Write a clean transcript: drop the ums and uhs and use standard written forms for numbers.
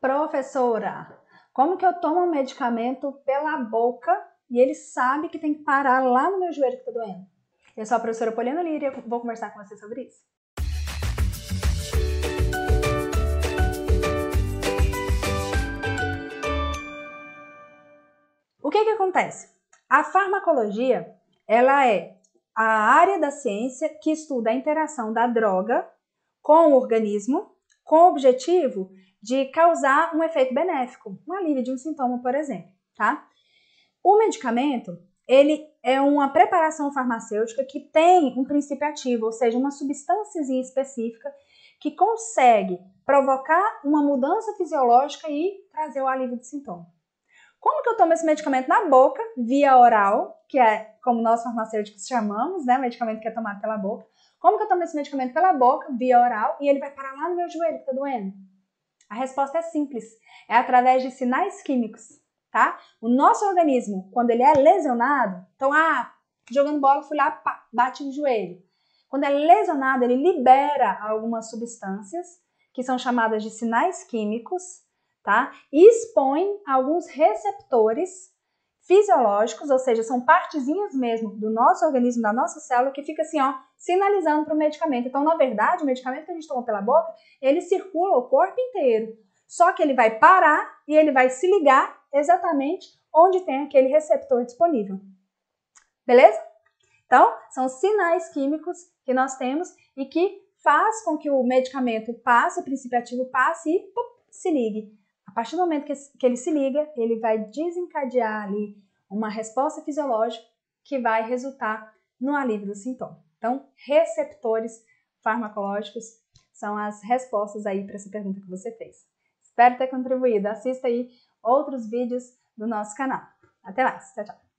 Professora, como que eu tomo um medicamento pela boca e ele sabe que tem que parar lá no meu joelho que tá doendo? Eu sou a professora Poliana Lira e eu vou conversar com você sobre isso. O que acontece? A farmacologia, ela é a área da ciência que estuda a interação da droga com o organismo, com o objetivo de causar um efeito benéfico, um alívio de um sintoma, por exemplo, tá? O medicamento, ele é uma preparação farmacêutica que tem um princípio ativo, ou seja, uma substânciazinha específica que consegue provocar uma mudança fisiológica e trazer o alívio do sintoma. Como que eu tomo esse medicamento na boca, via oral, que é como nós farmacêuticos chamamos, né, medicamento que é tomado pela boca. Como que eu tomo esse medicamento pela boca, via oral, e ele vai parar lá no meu joelho que tá doendo? A resposta é simples, é através de sinais químicos, tá? O nosso organismo, quando ele é lesionado, então, jogando bola, fui lá, pá, bate no joelho. Quando é lesionado, ele libera algumas substâncias, que são chamadas de sinais químicos, tá? E expõe alguns receptores fisiológicos, ou seja, são partezinhas mesmo do nosso organismo, da nossa célula, que fica assim, ó, sinalizando para o medicamento. Então, na verdade, o medicamento que a gente toma pela boca, ele circula o corpo inteiro. Só que ele vai parar e ele vai se ligar exatamente onde tem aquele receptor disponível. Beleza? Então, são sinais químicos que nós temos e que faz com que o medicamento passe, o princípio ativo passe e se ligue. A partir do momento que ele se liga, ele vai desencadear ali uma resposta fisiológica que vai resultar no alívio do sintoma. Então, receptores farmacológicos são as respostas aí para essa pergunta que você fez. Espero ter contribuído. Assista aí outros vídeos do nosso canal. Até mais. Tchau, tchau.